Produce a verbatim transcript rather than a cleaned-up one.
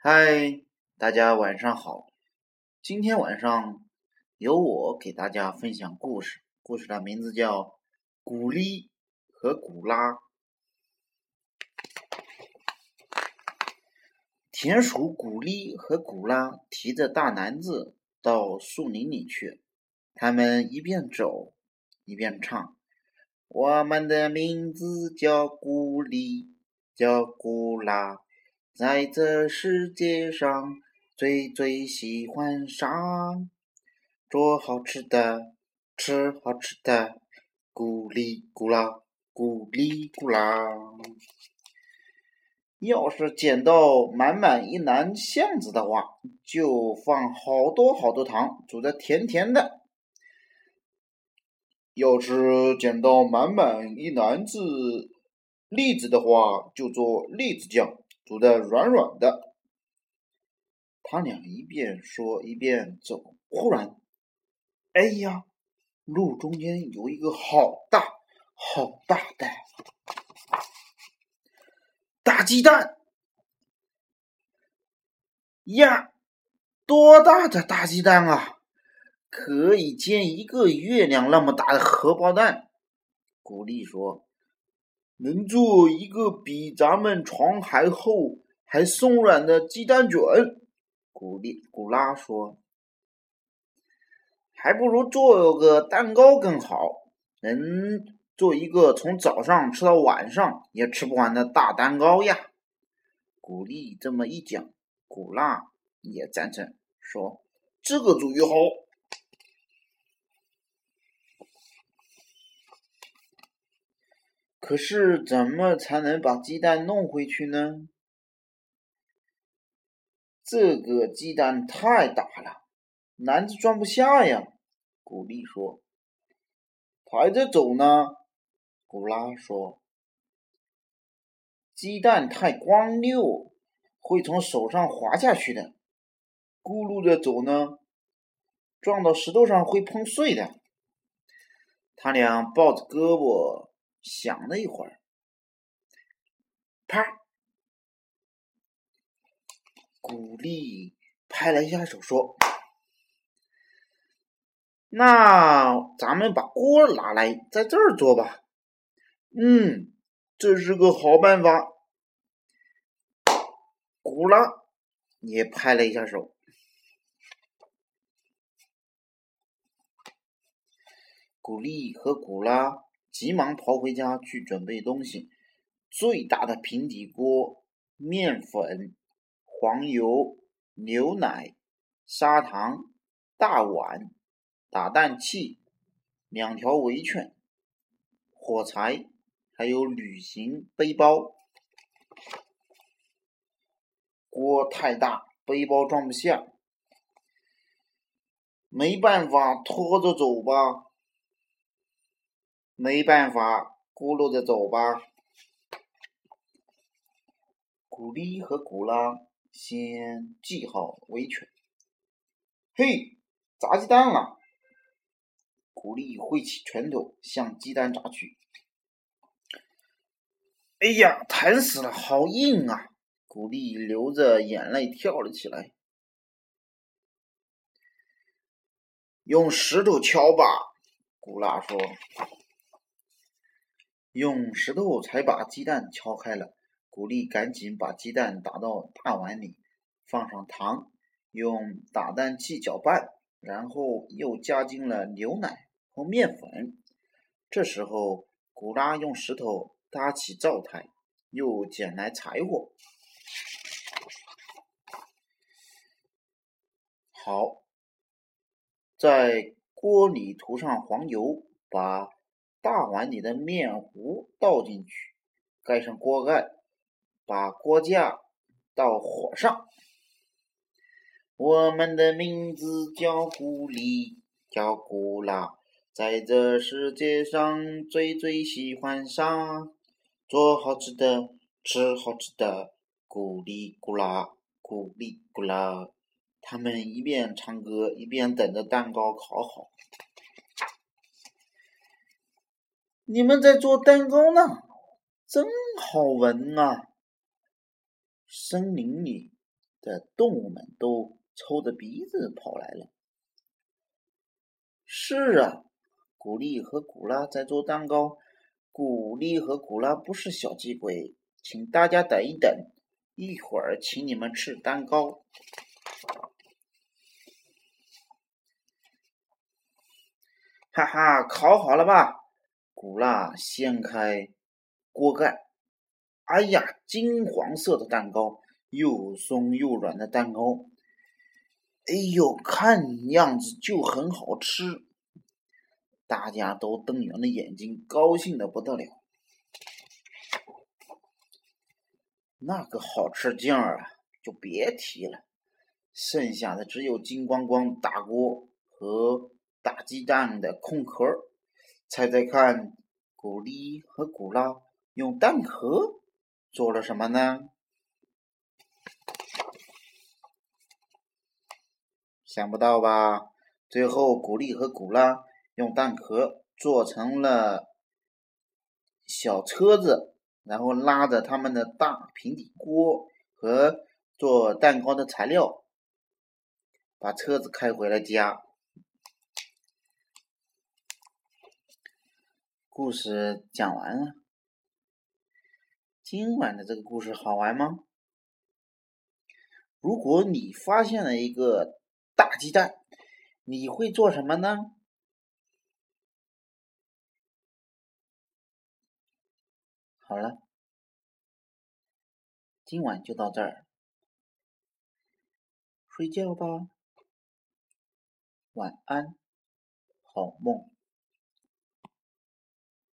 嗨，大家晚上好。今天晚上由我给大家分享故事，故事的名字叫《古丽和古拉》。田鼠古丽和古拉提着大篮子到树林里去，他们一边走一边唱：我们的名字叫古丽，叫古拉，在这世界上最最喜欢上做好吃的，吃好吃的，咕哩咕啦，咕哩咕啦。要是捡到满满一篮橡子的话，就放好多好多糖，煮得甜甜的。要是捡到满满一篮子栗子的话，就做栗子酱，煮得软软的。他俩一边说一边走，忽然，哎呀，路中间有一个好大好大的大鸡蛋呀！多大的大鸡蛋啊！可以煎一个月亮那么大的荷包蛋。古丽说，能做一个比咱们床还厚还松软的鸡蛋卷。古丽古拉说，还不如做个蛋糕更好，能做一个从早上吃到晚上也吃不完的大蛋糕呀。古丽这么一讲，古拉也赞成，说这个主意好。可是怎么才能把鸡蛋弄回去呢？这个鸡蛋太大了，篮子装不下呀。古丽说。抬着走呢？古拉说。鸡蛋太光溜，会从手上滑下去的。咕噜着走呢，撞到石头上会碰碎的。他俩抱着胳膊想了一会儿，啪！古丽拍了一下手说，那咱们把锅拿来在这儿做吧。嗯，这是个好办法。古拉也拍了一下手。古丽和古拉急忙跑回家去准备东西，最大的平底锅、面粉、黄油、牛奶、砂糖、大碗、打蛋器、两条围圈、火柴，还有旅行背包。锅太大，背包装不下，没办法，拖着走吧。没办法，咕噜着走吧。古丽和古拉先系好围裙。嘿，砸鸡蛋了！古丽挥起拳头向鸡蛋砸去。哎呀，疼死了，好硬啊！古丽流着眼泪跳了起来。用石头敲吧，古拉说。用石头才把鸡蛋敲开了。古丽赶紧把鸡蛋打到大碗里，放上糖，用打蛋器搅拌，然后又加进了牛奶和面粉。这时候，古拉用石头搭起灶台，又捡来柴火。好，在锅里涂上黄油，把大碗里的面糊倒进去，盖上锅盖，把锅架到火上。我们的名字叫古丽，叫古拉，在这世界上最最喜欢上做好吃的，吃好吃的，古丽古拉，古丽古拉。他们一边唱歌一边等着蛋糕烤好。你们在做蛋糕呢，真好闻啊！森林里的动物们都抽着鼻子跑来了。是啊，古丽和古拉在做蛋糕。古丽和古拉不是小气鬼，请大家等一等，一会儿请你们吃蛋糕。哈哈，烤好了吧？古拉掀开锅盖，哎呀，金黄色的蛋糕，又松又软的蛋糕，哎呦，看样子就很好吃。大家都瞪圆了眼睛，高兴得不得了。那个好吃劲儿啊，就别提了。剩下的只有金光光大锅和大鸡蛋的空壳。猜猜看，古丽和古拉用蛋壳做了什么呢？想不到吧？最后，古丽和古拉用蛋壳做成了小车子，然后拉着他们的大平底锅和做蛋糕的材料，把车子开回了家。故事讲完了。今晚的这个故事好玩吗？如果你发现了一个大鸡蛋，你会做什么呢？好了，今晚就到这儿，睡觉吧，晚安，好梦。